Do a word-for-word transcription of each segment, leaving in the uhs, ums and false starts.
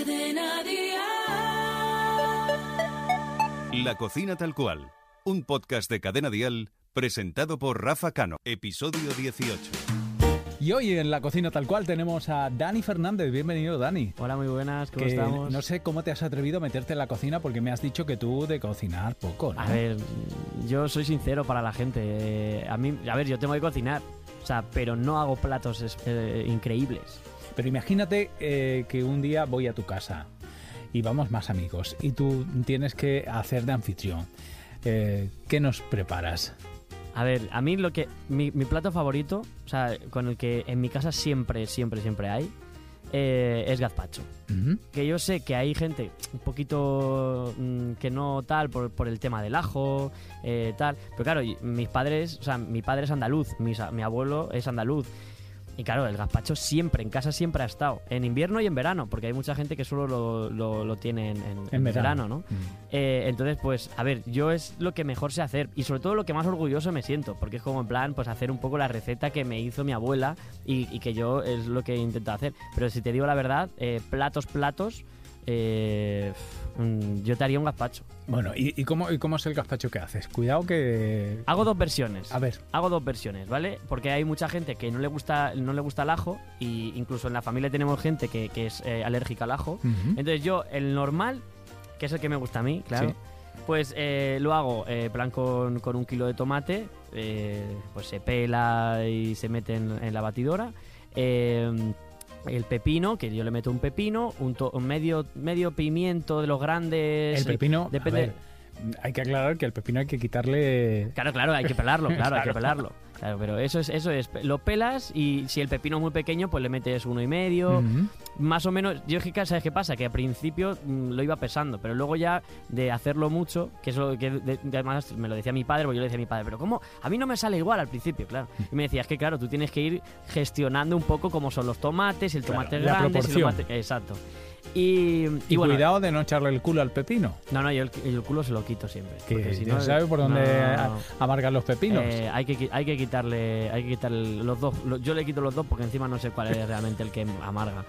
Cadena Dial. La cocina tal cual. Un podcast de Cadena Dial presentado por Rafa Cano. Episodio dieciocho. Y hoy en La Cocina Tal Cual tenemos a Dani Fernández. Bienvenido, Dani. Hola, muy buenas, ¿cómo que estamos? No sé cómo te has atrevido a meterte en la cocina porque me has dicho que tú de cocinar poco, ¿no? A ver, yo soy sincero para la gente. Eh, a mí, a ver, yo tengo que cocinar, o sea, pero no hago platos eh, increíbles. Pero imagínate eh, que un día voy a tu casa y vamos más amigos y tú tienes que hacer de anfitrión. Eh, ¿Qué nos preparas? A ver, a mí lo que mi, mi plato favorito, o sea, con el que en mi casa siempre, siempre, siempre hay, eh, es gazpacho. Uh-huh. Que yo sé que hay gente un poquito mmm, que no tal por, por el tema del ajo, eh, tal. Pero claro, mis padres, o sea, mi padre es andaluz, mi, mi abuelo es andaluz. Y claro, el gazpacho siempre, en casa siempre ha estado, en invierno y en verano, porque hay mucha gente que solo lo, lo, lo tiene en, en, en, en verano, verano, ¿no? Mm. Eh, entonces, pues, a ver, yo es lo que mejor sé hacer y sobre todo lo que más orgulloso me siento, porque es como en plan, pues hacer un poco la receta que me hizo mi abuela y, y que yo es lo que he intentado hacer. Pero si te digo la verdad, eh, platos, platos, eh, yo te haría un gazpacho. Bueno, ¿y, y, cómo, ¿y cómo es el gazpacho que haces? Cuidado que... Hago dos versiones. A ver. Hago dos versiones, ¿vale? Porque hay mucha gente que no le gusta no le gusta el ajo y incluso en la familia tenemos gente que, que es eh, alérgica al ajo. Uh-huh. Entonces yo, el normal, que es el que me gusta a mí, claro, sí. pues eh, lo hago eh, plan con, con un kilo de tomate, eh, pues se pela y se mete en, en la batidora. Eh, El pepino, que yo le meto un pepino, un, to- un medio medio pimiento de los grandes. El pepino, depende. a ver, hay que aclarar que al pepino hay que quitarle... Claro, claro, hay que pelarlo, claro, Claro. hay que pelarlo. Claro, pero eso es, eso es, lo pelas y si el pepino es muy pequeño, pues le metes uno y medio, Uh-huh. más o menos. Yo es que, ¿sabes qué pasa? Que al principio mmm, lo iba pesando, pero luego ya de hacerlo mucho, que es lo que de, de, además me lo decía mi padre, porque yo le decía a mi padre, pero ¿cómo? A mí no me sale igual al principio, claro. Y me decía, es que claro, tú tienes que ir gestionando un poco cómo son los tomates, el tomate Claro, la grande, el proporción. tomate... Exacto. Y, y, Y bueno, cuidado de no echarle el culo al pepino, no, no, yo el, el culo se lo quito siempre. que porque si ya no, sabe por dónde no, no, no. amargan los pepinos. Eh, hay que hay que quitarle hay que quitarle los dos. Lo- yo le quito los dos porque encima no sé cuál es realmente el que amarga.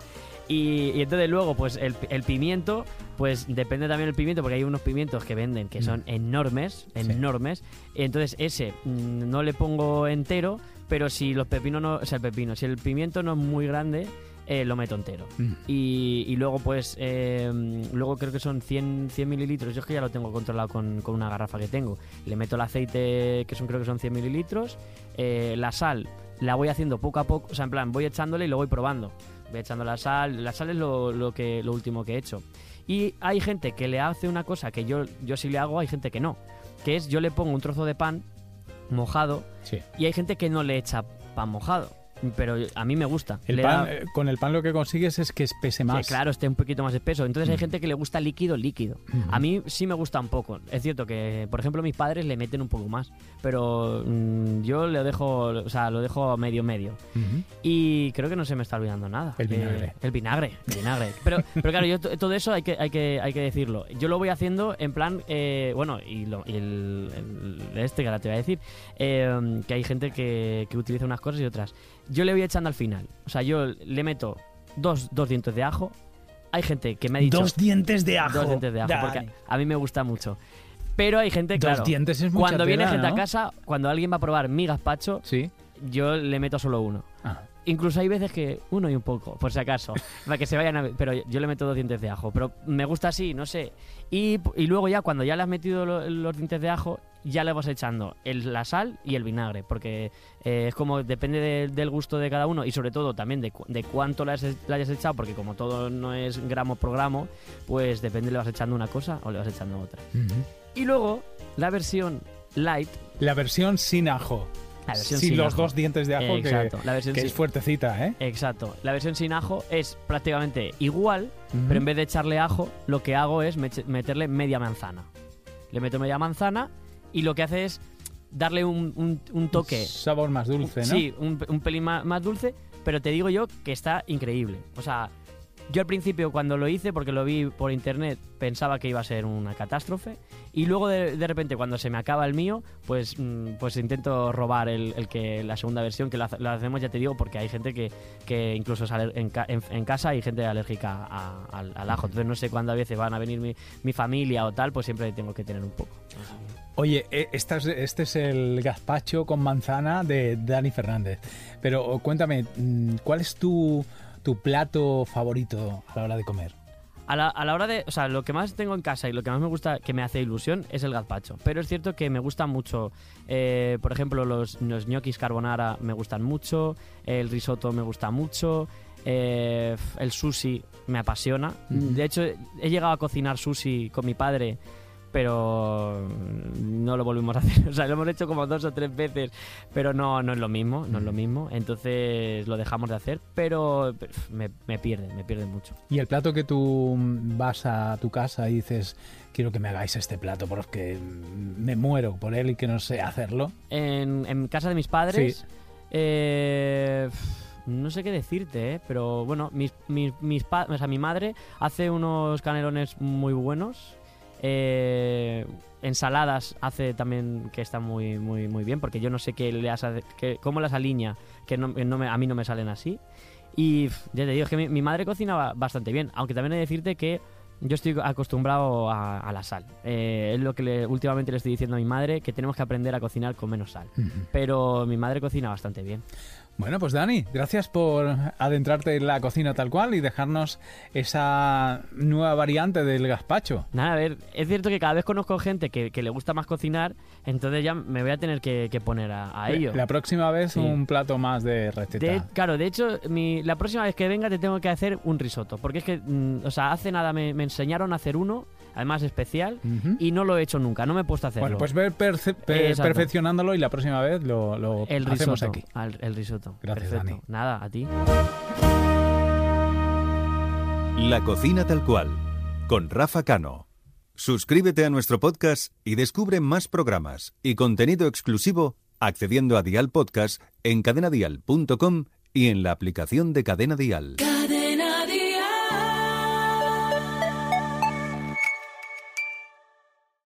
Y, y entonces luego pues el, el pimiento, pues depende también del pimiento, porque hay unos pimientos que venden que son enormes, enormes. Y entonces ese mm, no le pongo entero, pero si los pepinos no, o sea, el pepino, si el pimiento no es muy grande, eh, lo meto entero. Mm. Y, y luego pues eh, luego creo que son cien, cien mililitros. Yo es que ya lo tengo controlado con, con una garrafa que tengo. Le meto el aceite, que son creo que son cien mililitros, eh, la sal la voy haciendo poco a poco, o sea, en plan voy echándole y lo voy probando. Voy echando la sal, la sal es lo, lo, que, lo último que he hecho. Y hay gente que le hace una cosa que yo, yo sí le hago, hay gente que no, que es yo le pongo un trozo de pan mojado Sí. y hay gente que no le echa pan mojado. Pero a mí me gusta. El Le pan, da- eh, con el pan lo que consigues es que espese más. Sí, claro, esté un poquito más espeso. Entonces hay Mm. gente que le gusta líquido, líquido. Ujú. A mí sí me gusta un poco. Es cierto que, por ejemplo, mis padres le meten un poco más. Pero mmm, yo lo dejo, o sea, lo dejo medio, medio. Uh-huh. Y creo que no se me está olvidando nada. El vinagre. Eh, el vinagre, el vinagre. Pero, pero claro, yo t- todo eso hay que, hay que, hay que decirlo. Yo lo voy haciendo en plan, eh, bueno, y, lo, y el, el- este que ahora te voy a decir, eh, que hay gente que, que utiliza unas cosas y otras. Yo le voy echando al final. O sea, yo le meto dos, dos dientes de ajo. Hay gente que me ha dicho... Dos dientes de ajo. Dos dientes de ajo, Dani. porque a, a mí me gusta mucho. Pero hay gente, Dos claro... dientes es mucha Cuando viene tela, gente ¿no? a casa, cuando alguien va a probar mi gazpacho, Sí. yo le meto solo uno. Ah. Incluso hay veces que uno y un poco, por si acaso, para que se vayan a... Pero yo le meto dos dientes de ajo, pero me gusta así, no sé. Y, y luego ya, cuando ya le has metido lo- los dientes de ajo, ya le vas echando el, la sal y el vinagre, porque eh, es como, depende de- del gusto de cada uno y sobre todo también de, cu- de cuánto le, has, le hayas echado, porque como todo no es gramo por gramo, pues depende, le vas echando una cosa o le vas echando otra. Uh-huh. Y luego, la versión light... La versión sin ajo. La versión sin, sin los ajo. dos dientes de ajo, Exacto, que, la versión que sin- es fuertecita, ¿eh? Exacto. La versión sin ajo es prácticamente igual, Ujú. pero en vez de echarle ajo, lo que hago es meche- meterle media manzana. Le meto media manzana y lo que hace es darle un, un- un toque. Sabor más dulce, ¿no? Sí, un, un pelín más, más dulce, pero te digo yo que está increíble. O sea, Yo al principio cuando lo hice, porque lo vi por internet, pensaba que iba a ser una catástrofe, y luego de, de repente cuando se me acaba el mío, pues, pues intento robar el, el que la segunda versión, que lo, lo hacemos, ya te digo, porque hay gente que, que incluso sale en, en, en casa hay gente alérgica a, al, al ajo, entonces no sé cuándo a veces van a venir mi, mi familia o tal, pues siempre tengo que tener un poco. Oye, este es, este es el gazpacho con manzana de Dani Fernández, pero cuéntame, ¿cuál es tu, tu plato favorito a la hora de comer? A la, a la hora de... O sea, lo que más tengo en casa y lo que más me gusta, que me hace ilusión, es el gazpacho. Pero es cierto que me gustan mucho, eh, por ejemplo, los, los ñoquis carbonara me gustan mucho, el risotto me gusta mucho, eh, el sushi me apasiona. Mm. De hecho, he llegado a cocinar sushi con mi padre, pero no lo volvimos a hacer. O sea, lo hemos hecho como dos o tres veces, pero no, no es lo mismo, no es lo mismo. Entonces lo dejamos de hacer, pero me, me pierde, me pierde mucho. ¿Y el plato que tú vas a tu casa y dices, quiero que me hagáis este plato porque me muero por él y que no sé hacerlo? En, en casa de mis padres, sí. eh, no sé qué decirte, ¿eh? Pero bueno, mis, mis, mis pa- o sea, mi madre hace unos canelones muy buenos. Eh, ensaladas hace también que están muy muy muy bien, porque yo no sé qué le hace, que, cómo las alinea, que, no, que no me, a mí no me salen así. Y ya te digo, es que mi, mi madre cocina bastante bien, aunque también he de decirte que yo estoy acostumbrado a, a la sal. Eh, es lo que le, últimamente le estoy diciendo a mi madre, que tenemos que aprender a cocinar con menos sal. Uh-huh. Pero mi madre cocina bastante bien. Bueno, pues Dani, gracias por adentrarte en la cocina tal cual y dejarnos esa nueva variante del gazpacho. Nada, a ver, es cierto que cada vez conozco gente que, que le gusta más cocinar, entonces ya me voy a tener que, que poner a, a ello. La próxima vez sí. Un plato más de receta. De, claro, de hecho, mi, la próxima vez que venga te tengo que hacer un risotto, porque es que, mm, o sea, hace nada me, me enseñaron a hacer uno, además especial, uh-huh. y no lo he hecho nunca, no me he puesto a hacerlo. Bueno, pues ver perce- per- perfeccionándolo y la próxima vez lo, lo el hacemos risotto, aquí. Al, el risotto. Gracias, perfecto. Dani. Nada, a ti. La cocina tal cual, con Rafa Cano. Suscríbete a nuestro podcast y descubre más programas y contenido exclusivo accediendo a Dial Podcast en cadena dial punto com y en la aplicación de Cadena Dial. Cadena.